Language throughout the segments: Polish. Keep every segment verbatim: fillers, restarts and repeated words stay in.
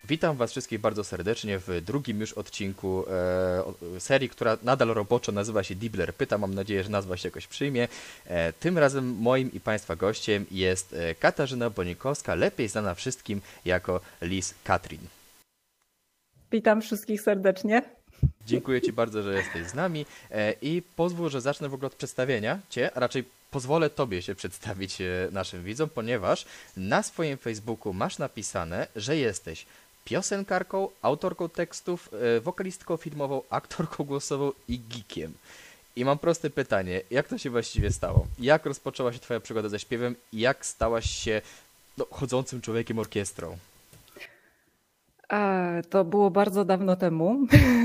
Witam Was wszystkich bardzo serdecznie w drugim już odcinku e, serii, która nadal roboczo nazywa się Dibbler Pyta. Mam nadzieję, że nazwa się jakoś przyjmie. E, tym razem moim i Państwa gościem jest e, Katarzyna Bonikowska, lepiej znana wszystkim jako Liz Katrin. Witam wszystkich serdecznie. Dziękuję Ci bardzo, że jesteś z nami e, i pozwól, że zacznę w ogóle od przedstawienia Cię, a raczej pozwolę Tobie się przedstawić e, naszym widzom, ponieważ na swoim Facebooku masz napisane, że jesteś piosenkarką, autorką tekstów, e, wokalistką filmową, aktorką głosową i geekiem. I mam proste pytanie, jak to się właściwie stało? Jak rozpoczęła się Twoja przygoda ze śpiewem i jak stałaś się no, chodzącym człowiekiem orkiestrą? A, to było bardzo dawno temu,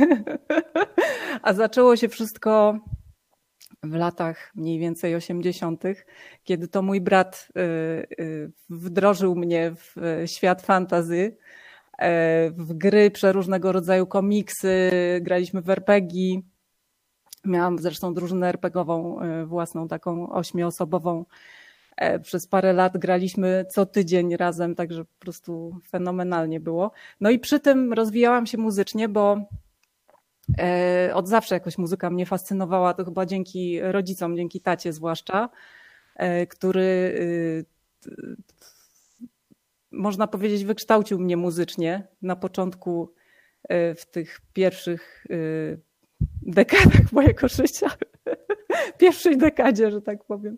a zaczęło się wszystko w latach mniej więcej osiemdziesiątych, kiedy to mój brat y, y, wdrożył mnie w świat fantasy, y, w gry przeróżnego rodzaju, komiksy, graliśmy w er pe gie. Miałam zresztą drużynę er pe gową y, własną, taką ośmioosobową. Przez parę lat graliśmy co tydzień razem, także po prostu fenomenalnie było. No i przy tym rozwijałam się muzycznie, bo od zawsze jakoś muzyka mnie fascynowała, to chyba dzięki rodzicom, dzięki tacie zwłaszcza, który można powiedzieć wykształcił mnie muzycznie na początku w tych pierwszych dekadach mojego życia, pierwszej dekadzie, że tak powiem.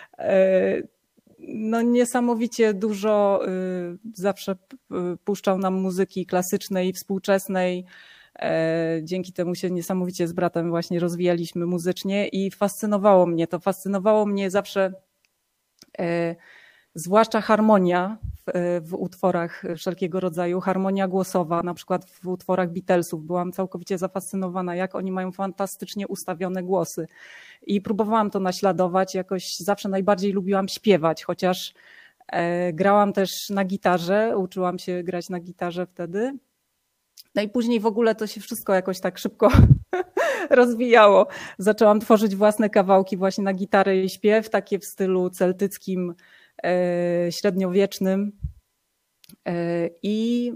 No niesamowicie dużo zawsze puszczał nam muzyki klasycznej i współczesnej. Dzięki temu się niesamowicie z bratem właśnie rozwijaliśmy muzycznie i fascynowało mnie to. Fascynowało mnie zawsze zwłaszcza harmonia w, w utworach wszelkiego rodzaju, harmonia głosowa, na przykład w utworach Beatlesów. Byłam całkowicie zafascynowana, jak oni mają fantastycznie ustawione głosy. I próbowałam to naśladować, jakoś zawsze najbardziej lubiłam śpiewać, chociaż e, grałam też na gitarze, uczyłam się grać na gitarze wtedy. No i później w ogóle to się wszystko jakoś tak szybko rozwijało. Zaczęłam tworzyć własne kawałki właśnie na gitarę i śpiew, takie w stylu celtyckim, średniowiecznym i,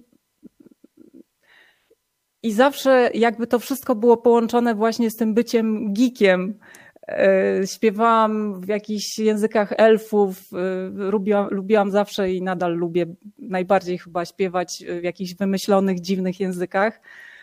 i zawsze jakby to wszystko było połączone właśnie z tym byciem geekiem. Śpiewałam w jakichś językach elfów, lubiłam, lubiłam zawsze i nadal lubię najbardziej chyba śpiewać w jakichś wymyślonych, dziwnych językach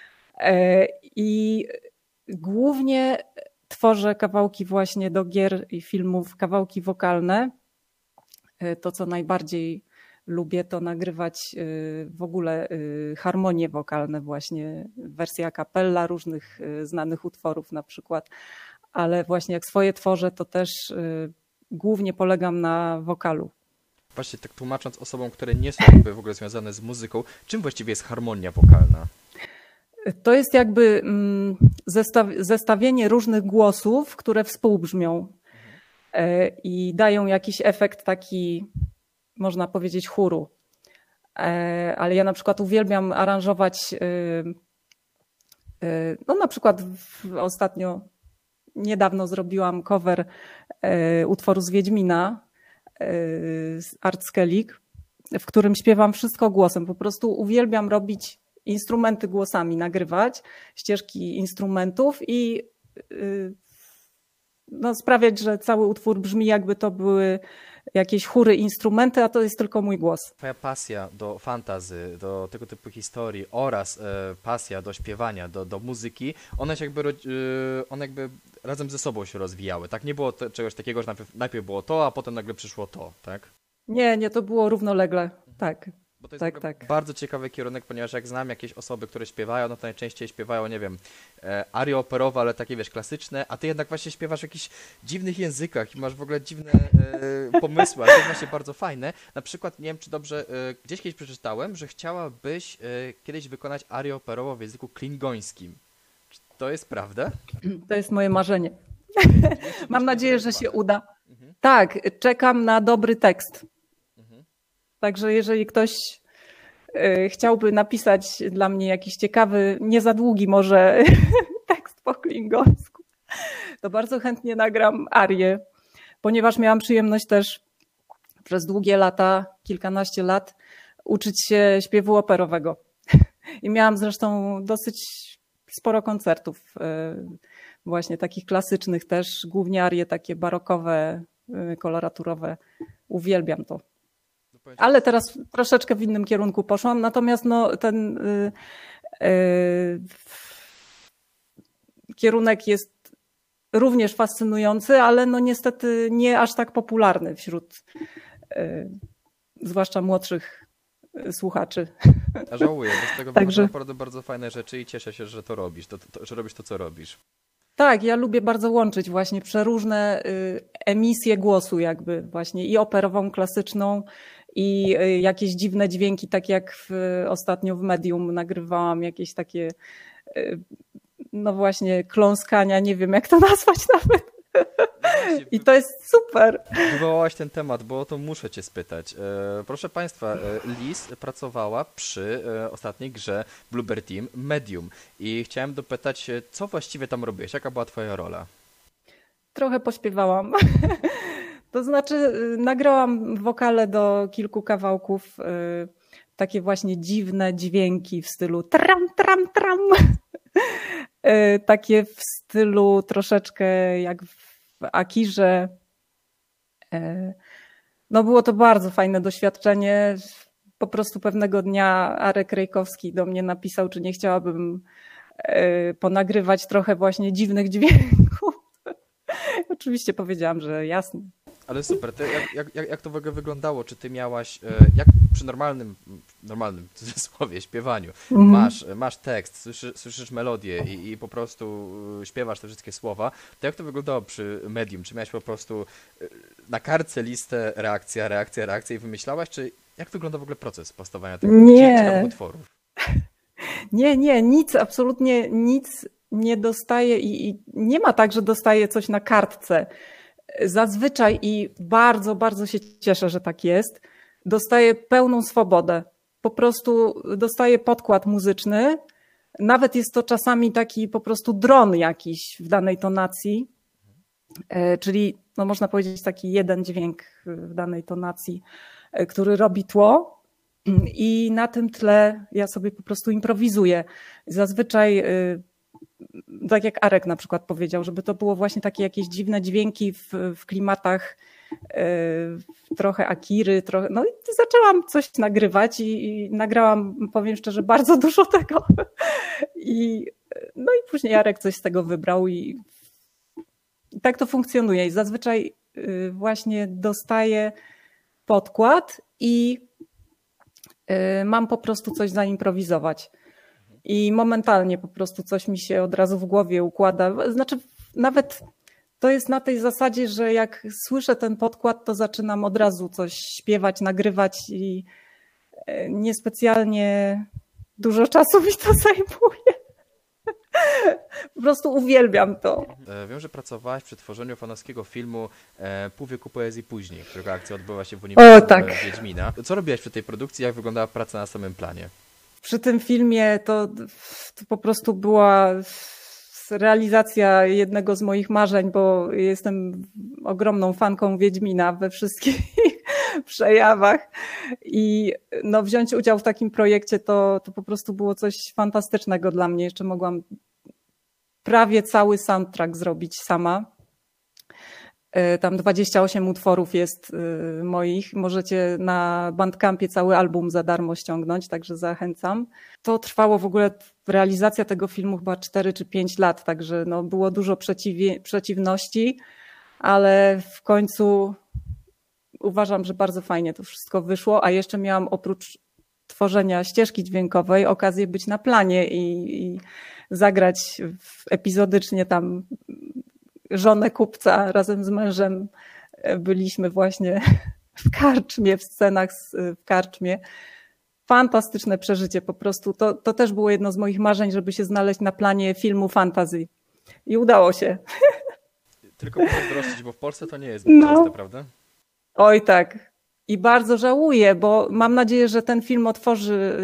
i głównie tworzę kawałki właśnie do gier i filmów, kawałki wokalne. To, co najbardziej lubię, to nagrywać w ogóle harmonie wokalne, właśnie wersje a cappella różnych znanych utworów na przykład, ale właśnie jak swoje tworzę, to też głównie polegam na wokalu. Właśnie tak tłumacząc osobom, które nie są jakby w ogóle związane z muzyką, czym właściwie jest harmonia wokalna? To jest jakby zestawienie różnych głosów, które współbrzmią. I dają jakiś efekt taki, można powiedzieć, chóru. Ale ja na przykład uwielbiam aranżować, no na przykład ostatnio, niedawno zrobiłam cover utworu z Wiedźmina, z Art Skellig, w którym śpiewam wszystko głosem. Po prostu uwielbiam robić instrumenty głosami, nagrywać ścieżki instrumentów i no, sprawiać, że cały utwór brzmi, jakby to były jakieś chóry, instrumenty, a to jest tylko mój głos. Twoja pasja do fantasy, do tego typu historii oraz e, pasja do śpiewania, do, do muzyki, one się jakby, e, one jakby razem ze sobą się rozwijały. Tak, nie było te, czegoś takiego, że najpierw, najpierw było to, a potem nagle przyszło to, tak? Nie, nie, to było równolegle, tak. Bo to jest tak, tak. bardzo ciekawy kierunek, ponieważ jak znam jakieś osoby, które śpiewają, no to najczęściej śpiewają, nie wiem, e, arie operowe, ale takie, wiesz, klasyczne, a ty jednak właśnie śpiewasz w jakichś dziwnych językach i masz w ogóle dziwne e, pomysły, ale to jest właśnie bardzo fajne. Na przykład, nie wiem, czy dobrze, e, gdzieś kiedyś przeczytałem, że chciałabyś e, kiedyś wykonać arię operową w języku klingońskim. Czy to jest prawda? To jest moje marzenie. Mam nadzieję, że się uda. Mhm. Tak, czekam na dobry tekst. Także jeżeli ktoś chciałby napisać dla mnie jakiś ciekawy, nie za długi może tekst po klingońsku, to bardzo chętnie nagram arię, ponieważ miałam przyjemność też przez długie lata, kilkanaście lat, uczyć się śpiewu operowego. I miałam zresztą dosyć sporo koncertów, właśnie takich klasycznych też, głównie arie takie barokowe, koloraturowe. Uwielbiam to. Ale teraz troszeczkę w innym kierunku poszłam, natomiast no, ten yy, yy, kierunek jest również fascynujący, ale no niestety nie aż tak popularny wśród yy, zwłaszcza młodszych słuchaczy. A żałuję, bo z tego Także... naprawdę bardzo fajne rzeczy i cieszę się, że to robisz, to, to, że robisz to, co robisz. Tak, ja lubię bardzo łączyć właśnie przeróżne emisje głosu jakby właśnie i operową, klasyczną i jakieś dziwne dźwięki, tak jak w, ostatnio w Medium nagrywałam jakieś takie no właśnie kląskania, nie wiem jak to nazwać nawet. I to jest super. Wywołałaś ten temat, bo o to muszę cię spytać. Proszę Państwa, Liz pracowała przy ostatniej grze Bloober Team Medium i chciałem dopytać, co właściwie tam robiłeś? Jaka była twoja rola? Trochę pośpiewałam. To znaczy nagrałam wokale do kilku kawałków, takie właśnie dziwne dźwięki w stylu tram, tram, tram. Takie w stylu troszeczkę jak w Akirze. No było to bardzo fajne doświadczenie. Po prostu pewnego dnia Arek Rejkowski do mnie napisał, czy nie chciałabym ponagrywać trochę właśnie dziwnych dźwięków. Oczywiście powiedziałam, że jasne. Ale super, ty, jak, jak, jak to w ogóle wyglądało? Czy ty miałaś, jak przy normalnym, normalnym w cudzysłowie, śpiewaniu, mm. masz, masz tekst, słyszy, słyszysz melodię i, i po prostu śpiewasz te wszystkie słowa, to jak to wyglądało przy Medium? Czy miałaś po prostu na kartce listę reakcja, reakcja, reakcja i wymyślałaś, czy jak wygląda w ogóle proces powstawania tego ciekawych utworów? Nie, nie, nic, absolutnie nic nie dostaję i, i nie ma tak, że dostaję coś na kartce. Zazwyczaj i bardzo, bardzo się cieszę, że tak jest, dostaję pełną swobodę. Po prostu dostaję podkład muzyczny. Nawet jest to czasami taki po prostu dron jakiś w danej tonacji, czyli no można powiedzieć taki jeden dźwięk w danej tonacji, który robi tło i na tym tle ja sobie po prostu improwizuję. Zazwyczaj tak jak Arek na przykład powiedział, żeby to było właśnie takie jakieś dziwne dźwięki w, w klimatach yy, trochę Akiry, trochę, no i zaczęłam coś nagrywać i, i nagrałam, powiem szczerze, bardzo dużo tego. I, no i później Arek coś z tego wybrał i, i tak to funkcjonuje. I zazwyczaj yy, właśnie dostaję podkład i yy, mam po prostu coś zaimprowizować. I momentalnie po prostu coś mi się od razu w głowie układa. Znaczy nawet to jest na tej zasadzie, że jak słyszę ten podkład, to zaczynam od razu coś śpiewać, nagrywać i niespecjalnie dużo czasu mi to zajmuje. Po prostu uwielbiam to. Wiem, że pracowałaś przy tworzeniu fanowskiego filmu Pół wieku poezji później, którego akcja odbyła się w Uniwersytecie tak. Wiedźmina. Co robiłaś przy tej produkcji? Jak wyglądała praca na samym planie? Przy tym filmie to, to po prostu była realizacja jednego z moich marzeń, bo jestem ogromną fanką Wiedźmina we wszystkich przejawach i no, wziąć udział w takim projekcie to, to po prostu było coś fantastycznego dla mnie. Jeszcze mogłam prawie cały soundtrack zrobić sama. Tam dwadzieścia osiem utworów jest moich. Możecie na Bandcampie cały album za darmo ściągnąć, także zachęcam. To trwało w ogóle, realizacja tego filmu chyba cztery czy pięć lat, także no było dużo przeciwie, przeciwności, ale w końcu uważam, że bardzo fajnie to wszystko wyszło, a jeszcze miałam oprócz tworzenia ścieżki dźwiękowej okazję być na planie i, i zagrać w, epizodycznie tam żonę kupca razem z mężem. Byliśmy właśnie w karczmie, w scenach w karczmie. Fantastyczne przeżycie po prostu. To, to też było jedno z moich marzeń, żeby się znaleźć na planie filmu fantasy. I udało się. Tylko pozdrościć, bo w Polsce to nie jest no. proste, prawda? Oj tak. I bardzo żałuję, bo mam nadzieję, że ten film otworzy,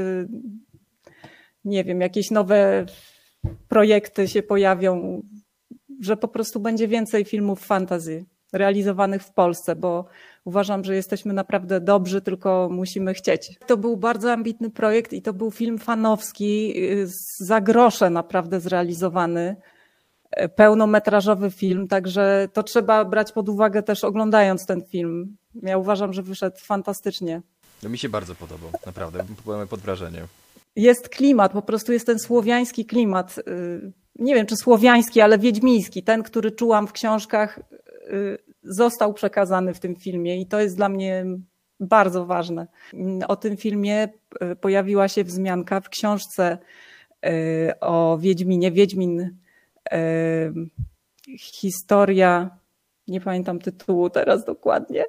nie wiem, jakieś nowe projekty się pojawią, że po prostu będzie więcej filmów fantasy. realizowanych w Polsce, bo uważam, że jesteśmy naprawdę dobrzy, tylko musimy chcieć. To był bardzo ambitny projekt i to był film fanowski, za grosze naprawdę zrealizowany, pełnometrażowy film, także to trzeba brać pod uwagę też oglądając ten film. Ja uważam, że wyszedł fantastycznie. No mi się bardzo podobał, naprawdę, byłem pod wrażeniem. Jest klimat, po prostu jest ten słowiański klimat. Nie wiem, czy słowiański, ale wiedźmiński. Ten, który czułam w książkach, został przekazany w tym filmie i to jest dla mnie bardzo ważne. O tym filmie pojawiła się wzmianka w książce o Wiedźminie. Wiedźmin, historia, nie pamiętam tytułu teraz dokładnie.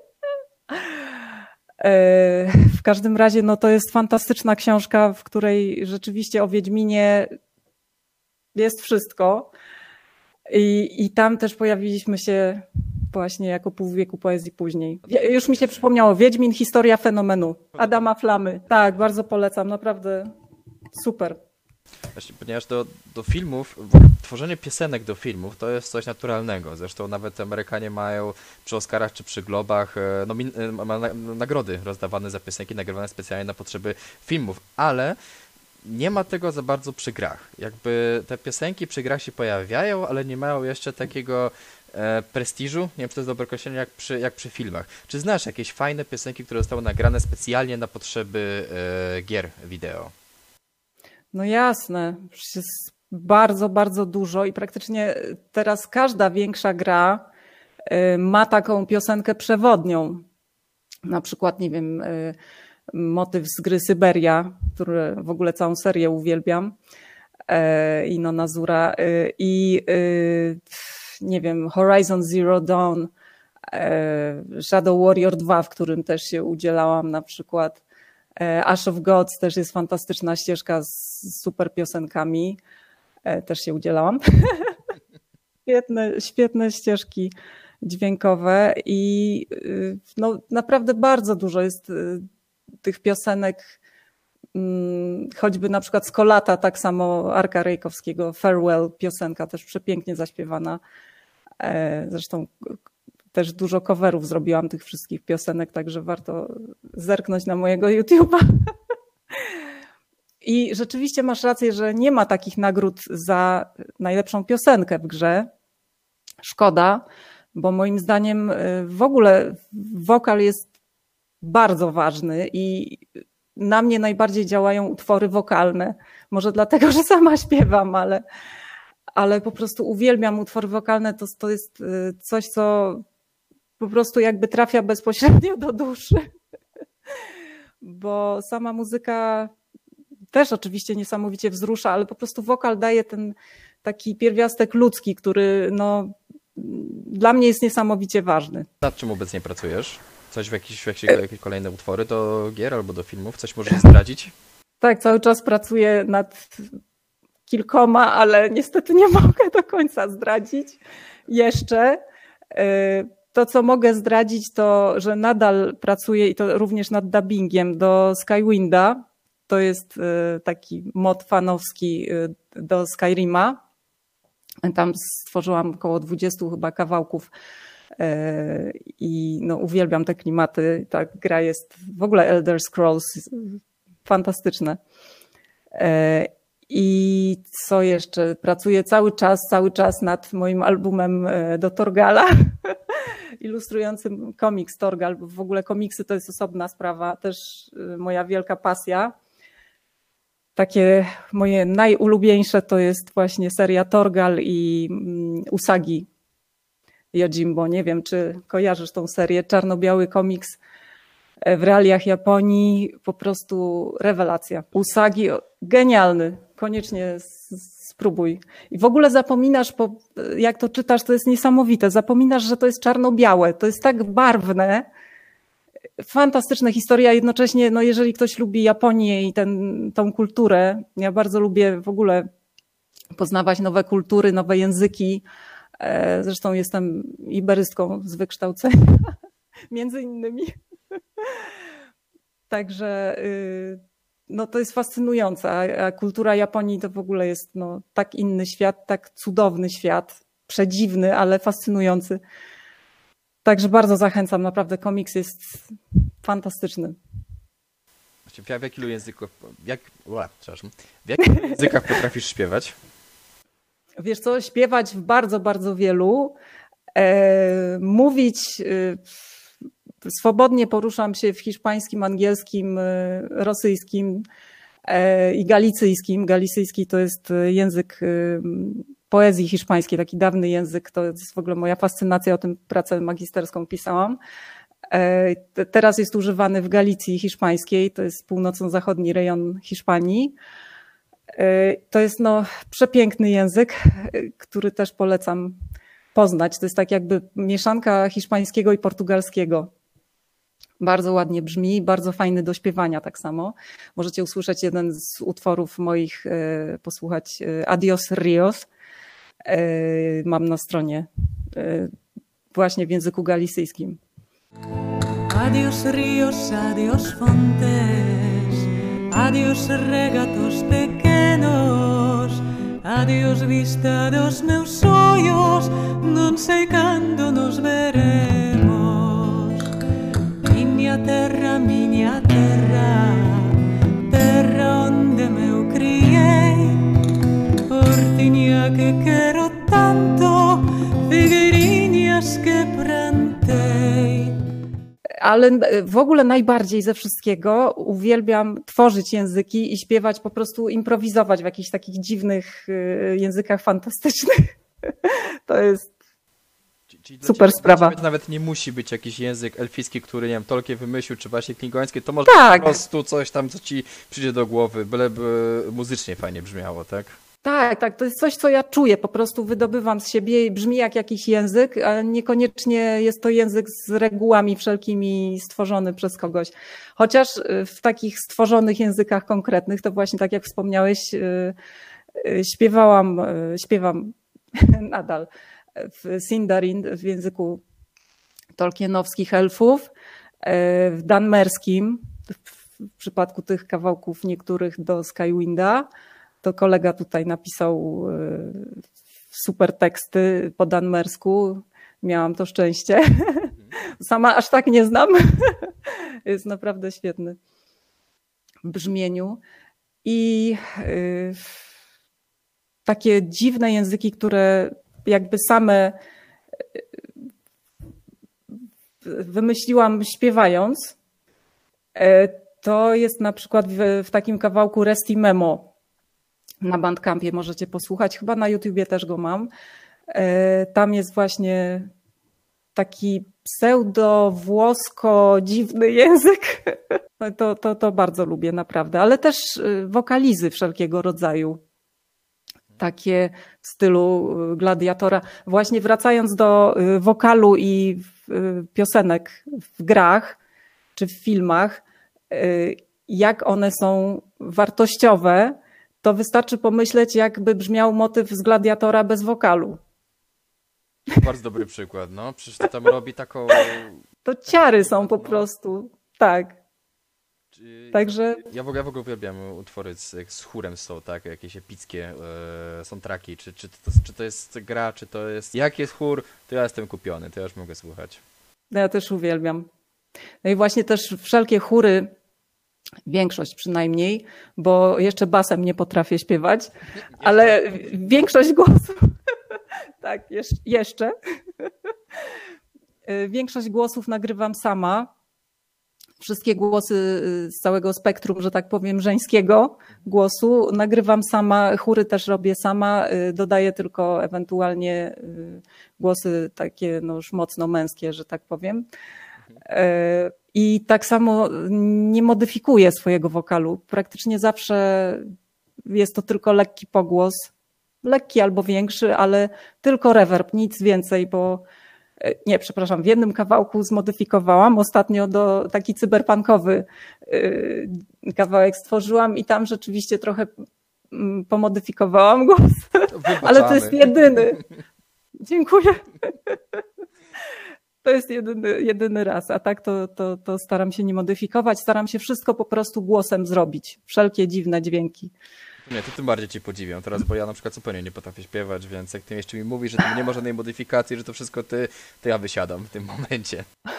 W każdym razie no to jest fantastyczna książka, w której rzeczywiście o Wiedźminie jest wszystko. I, i tam też pojawiliśmy się właśnie jako pół wieku poezji później. Już mi się przypomniało, Wiedźmin, historia fenomenu Adama Flamy. Tak, bardzo polecam, naprawdę super. Właśnie, ponieważ do, do filmów, tworzenie piosenek do filmów to jest coś naturalnego. Zresztą nawet Amerykanie mają przy Oscarach czy przy Globach no, ma, na, nagrody rozdawane za piosenki nagrywane specjalnie na potrzeby filmów, ale nie ma tego za bardzo przy grach. Jakby te piosenki przy grach się pojawiają, ale nie mają jeszcze takiego e, prestiżu, nie wiem czy to jest dobre określenie, jak przy, jak przy filmach. Czy znasz jakieś fajne piosenki, które zostały nagrane specjalnie na potrzeby e, gier wideo? No jasne, jest bardzo, bardzo dużo i praktycznie teraz każda większa gra ma taką piosenkę przewodnią. Na przykład, nie wiem, motyw z gry Syberia, który w ogóle całą serię uwielbiam, Inona Zura, i nie wiem, Horizon Zero Dawn, Shadow Warrior dwa, w którym też się udzielałam na przykład. Ash of Gods też jest fantastyczna ścieżka z super piosenkami. Też się udzielałam. Świetne, świetne ścieżki dźwiękowe i no, naprawdę bardzo dużo jest tych piosenek, choćby na przykład z Kolata, tak samo Arka Rejkowskiego, Farewell, piosenka też przepięknie zaśpiewana. Zresztą też dużo coverów zrobiłam tych wszystkich piosenek, także warto zerknąć na mojego YouTube'a. I rzeczywiście masz rację, że nie ma takich nagród za najlepszą piosenkę w grze. Szkoda, bo moim zdaniem w ogóle wokal jest bardzo ważny i na mnie najbardziej działają utwory wokalne. Może dlatego, że sama śpiewam, ale, ale po prostu uwielbiam utwory wokalne. To, to jest coś, co po prostu jakby trafia bezpośrednio do duszy. Bo sama muzyka też oczywiście niesamowicie wzrusza, ale po prostu wokal daje ten taki pierwiastek ludzki, który no, dla mnie jest niesamowicie ważny. Nad czym obecnie pracujesz? Coś w jakieś, w jakieś, jakieś kolejne utwory do gier albo do filmów? Coś możesz zdradzić? Tak, cały czas pracuję nad kilkoma, ale niestety nie mogę do końca zdradzić jeszcze. To, co mogę zdradzić, to, że nadal pracuję i to również nad dubbingiem do Skywinda. To jest taki mod fanowski do Skyrima. Tam stworzyłam około dwudziestu chyba kawałków i no, uwielbiam te klimaty. Ta gra jest w ogóle Elder Scrolls fantastyczne. I co jeszcze? Pracuję cały czas, cały czas nad moim albumem do Torgala, ilustrującym komiks Torgal. W ogóle komiksy to jest osobna sprawa, też moja wielka pasja. Takie moje najulubieńsze to jest właśnie seria Torgal i Usagi Yojimbo. Nie wiem, czy kojarzysz tą serię. Czarno-biały komiks w realiach Japonii. Po prostu rewelacja. Usagi genialny. Koniecznie spróbuj. I w ogóle zapominasz, jak to czytasz, to jest niesamowite. Zapominasz, że to jest czarno-białe. To jest tak barwne. Fantastyczna historia, jednocześnie, no jeżeli ktoś lubi Japonię i ten, tą kulturę, ja bardzo lubię w ogóle poznawać nowe kultury, nowe języki. Zresztą jestem iberystką z wykształcenia, między innymi. Także no to jest fascynujące, a kultura Japonii to w ogóle jest no, tak inny świat, tak cudowny świat, przedziwny, ale fascynujący. Także bardzo zachęcam, naprawdę komiks jest fantastyczny. W jakilu języków, jak, ła, przepraszam, w jakich językach potrafisz śpiewać? Wiesz co, śpiewać w bardzo, bardzo wielu. E, mówić, e, swobodnie poruszam się w hiszpańskim, angielskim, e, rosyjskim e, i galicyjskim. Galicyjski to jest język e, poezji hiszpańskiej, taki dawny język. To jest w ogóle moja fascynacja, o tym pracę magisterską pisałam. E, teraz jest używany w Galicji hiszpańskiej, to jest północno-zachodni rejon Hiszpanii. To jest no, przepiękny język, który też polecam poznać. To jest tak jakby mieszanka hiszpańskiego i portugalskiego. Bardzo ładnie brzmi, bardzo fajny do śpiewania tak samo. Możecie usłyszeć jeden z utworów moich, posłuchać Adiós Ríos. Mam na stronie właśnie w języku galicyjskim. Adiós ríos, adiós fontes, adiós regatos pequenos, adiós vista dos meus ollos, non sei cando nos veremos. Miña terra, miña terra, terra onde me eu criei, hortiña que quero tanto, figueirinhas que plantei. Ale w ogóle najbardziej ze wszystkiego uwielbiam tworzyć języki i śpiewać, po prostu improwizować w jakichś takich dziwnych językach fantastycznych. To jest Czyli super ciebie, sprawa. To nawet nie musi być jakiś język elficki, który, nie wiem, Tolkien wymyślił, czy właśnie klingoński, to może tak. po prostu coś tam, co ci przyjdzie do głowy, byleby muzycznie fajnie brzmiało, tak? Tak, tak, to jest coś, co ja czuję, po prostu wydobywam z siebie i brzmi jak jakiś język, a niekoniecznie jest to język z regułami wszelkimi stworzony przez kogoś. Chociaż w takich stworzonych językach konkretnych, to właśnie tak jak wspomniałeś, śpiewałam, śpiewam nadal w Sindarin, w języku tolkienowskich elfów, w danmerskim, w przypadku tych kawałków niektórych do Skywinda. To kolega tutaj napisał super teksty po danmersku. Miałam to szczęście. Sama aż tak nie znam. Jest naprawdę świetny w brzmieniu. I takie dziwne języki, które jakby same wymyśliłam śpiewając, to jest na przykład w, w takim kawałku Resti Memo. Na Bandcampie możecie posłuchać, chyba na YouTubie też go mam. Tam jest właśnie taki pseudo-włosko dziwny język. To, to, to bardzo lubię naprawdę, ale też wokalizy wszelkiego rodzaju. Takie w stylu Gladiatora. Właśnie wracając do wokalu i piosenek w grach czy w filmach, jak one są wartościowe, to wystarczy pomyśleć, jakby brzmiał motyw z Gladiatora bez wokalu. Bardzo dobry przykład, no. Przecież to tam robi taką... To ciary są po prostu, tak. Także... Ja w ogóle, ja w ogóle uwielbiam utwory z, z chórem są, tak, jakieś epickie e, soundtracki, czy, czy, to, czy to jest gra, czy to jest... Jak jest chór, to ja jestem kupiony, to ja już mogę słuchać. No ja też uwielbiam. No i właśnie też wszelkie chóry, większość przynajmniej, bo jeszcze basem nie potrafię śpiewać, ale większość głosów, tak, jeszcze, większość głosów nagrywam sama. Wszystkie głosy z całego spektrum, że tak powiem, żeńskiego głosu nagrywam sama, chóry też robię sama, dodaję tylko ewentualnie głosy takie no już mocno męskie, że tak powiem. I tak samo nie modyfikuję swojego wokalu. Praktycznie zawsze jest to tylko lekki pogłos, lekki albo większy, ale tylko reverb, nic więcej, bo nie, przepraszam, w jednym kawałku zmodyfikowałam ostatnio do taki cyberpunkowy kawałek stworzyłam i tam rzeczywiście trochę pomodyfikowałam głos, Wybaczamy. Ale to jest jedyny. Dziękuję. To jest jedyny, jedyny raz, a tak to, to, to staram się nie modyfikować, staram się wszystko po prostu głosem zrobić, wszelkie dziwne dźwięki. Nie, to tym bardziej cię podziwiam teraz, bo ja na przykład zupełnie nie potrafię śpiewać, więc jak ty jeszcze mi mówisz, że tam nie ma żadnej modyfikacji, że to wszystko ty, to ja wysiadam w tym momencie.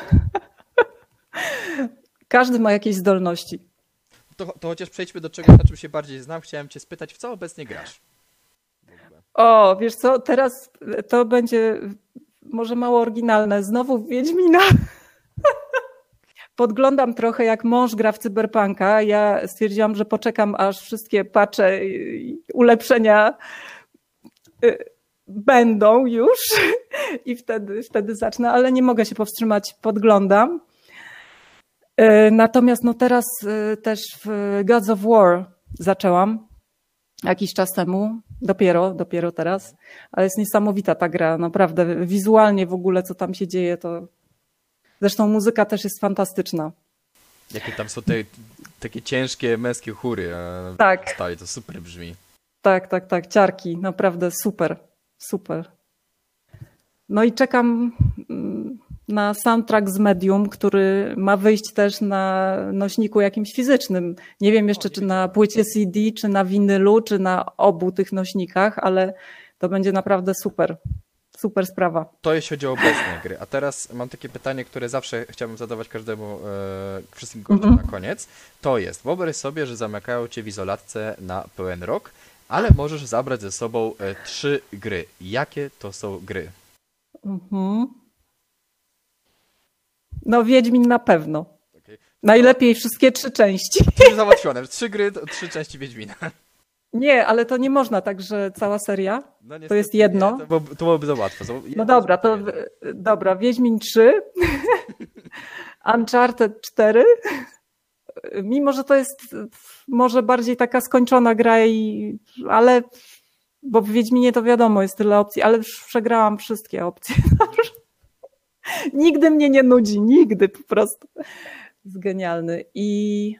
Każdy ma jakieś zdolności. To, to chociaż przejdźmy do czegoś, na czym się bardziej znam. Chciałem cię spytać, w co obecnie grasz? O, wiesz co, teraz to będzie może mało oryginalne. Znowu w Wiedźmina. Podglądam trochę, jak mąż gra w Cyberpunka. Ja stwierdziłam, że poczekam, aż wszystkie patche i ulepszenia będą już i wtedy, wtedy zacznę, ale nie mogę się powstrzymać, podglądam. Natomiast no teraz też w Gods of War zaczęłam jakiś czas temu, dopiero, dopiero teraz, ale jest niesamowita ta gra, naprawdę wizualnie w ogóle co tam się dzieje, to zresztą muzyka też jest fantastyczna. Jakie tam są te takie ciężkie męskie chóry, a tak. Stali, to super brzmi. Tak, tak, tak, ciarki, naprawdę super, super. No i czekam na soundtrack z Medium, który ma wyjść też na nośniku jakimś fizycznym. Nie wiem jeszcze, czy na płycie C D, czy na winylu, czy na obu tych nośnikach, ale to będzie naprawdę super. Super sprawa. To jeśli chodzi o obecne gry. A teraz mam takie pytanie, które zawsze chciałbym zadawać każdemu, e, wszystkim gościom mm-hmm. na koniec. To jest, wyobraź sobie, że zamykają cię w izolatce na pełen rok, ale możesz zabrać ze sobą e, trzy gry. Jakie to są gry? Mhm. No Wiedźmin na pewno. Okay. Najlepiej wszystkie trzy części. Trzy załatwione. Trzy gry, to trzy części Wiedźmina. Nie, ale to nie można tak, że cała seria. No to jest jedno. Nie, to, byłoby, to byłoby za łatwo. No dobra, to dobra, Wiedźmin trzy, Uncharted cztery, mimo że to jest może bardziej taka skończona gra, i, ale bo w Wiedźminie to wiadomo, jest tyle opcji, ale już przegrałam wszystkie opcje. Nigdy mnie nie nudzi, nigdy po prostu. Jest genialny. I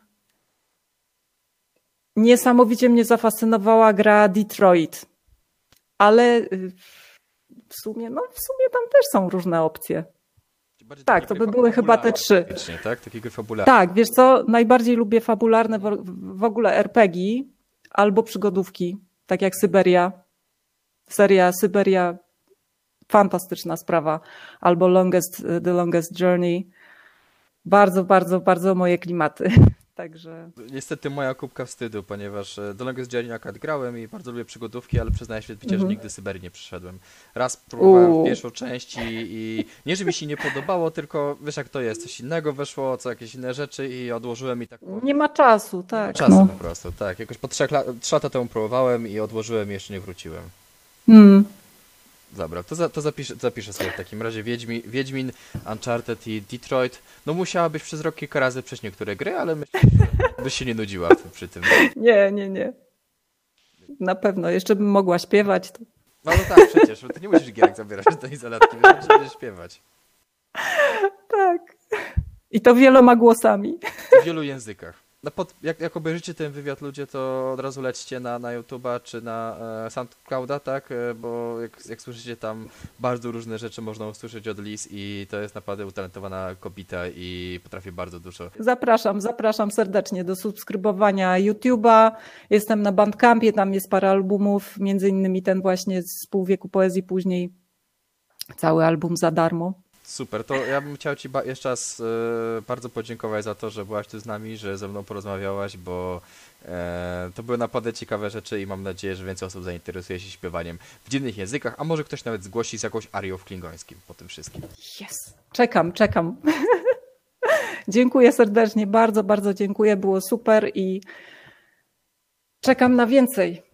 niesamowicie mnie zafascynowała gra Detroit, ale w sumie, no w sumie tam też są różne opcje. Bardziej tak, to by były chyba te trzy. Tak? Takie gry fabularne. Tak, wiesz co, najbardziej lubię fabularne w, w ogóle er pe gie albo przygodówki, tak jak Syberia. Seria Syberia, fantastyczna sprawa. Albo Longest, The Longest Journey. Bardzo, bardzo, bardzo moje klimaty. Także... Niestety moja kubka wstydu, ponieważ The Longest Journey akurat grałem i bardzo lubię przygodówki, ale przyznaję się, mm-hmm. że nigdy Syberii nie przyszedłem. Raz próbowałem Uuu. pierwszą część i, i nie, że mi się nie podobało, tylko wiesz jak to jest, coś innego weszło, co jakieś inne rzeczy i odłożyłem i tak... Po... Nie ma czasu, tak. Czasu no. po prostu, tak. Jakoś po trzech lat, trzy lata temu próbowałem i odłożyłem i jeszcze nie wróciłem. Mm. Dobra, to, za, to zapiszę, zapiszę sobie w takim razie Wiedźmin, Wiedźmin, Uncharted i Detroit. No musiałabyś przez rok kilka razy przejść niektóre gry, ale myślę, że byś się nie nudziła przy tym. Nie, nie, nie. Na pewno. Jeszcze bym mogła śpiewać. To... No, no tak, przecież. Bo ty nie musisz gierek zabierać do izolatki, wystarczy, że będziesz śpiewać. Tak. I to wieloma głosami. W wielu językach. No pod, jak, jak obejrzycie ten wywiad ludzie, to od razu lećcie na, na YouTube'a czy na e, SoundClouda, tak? E, bo jak, jak słyszycie tam bardzo różne rzeczy można usłyszeć od Liz i to jest naprawdę utalentowana kobieta i potrafi bardzo dużo. Zapraszam, zapraszam serdecznie do subskrybowania YouTube'a. Jestem na Bandcampie, tam jest parę albumów, między innymi ten właśnie z Pół wieku poezji później. Cały album za darmo. Super, to ja bym chciał Ci ba- jeszcze raz e, bardzo podziękować za to, że byłaś tu z nami, że ze mną porozmawiałaś, bo e, to były naprawdę ciekawe rzeczy i mam nadzieję, że więcej osób zainteresuje się śpiewaniem w dziwnych językach, a może ktoś nawet zgłosi z jakąś arią w klingońskim po tym wszystkim. Yes. Czekam, czekam. Dziękuję serdecznie, bardzo, bardzo dziękuję, było super i czekam na więcej.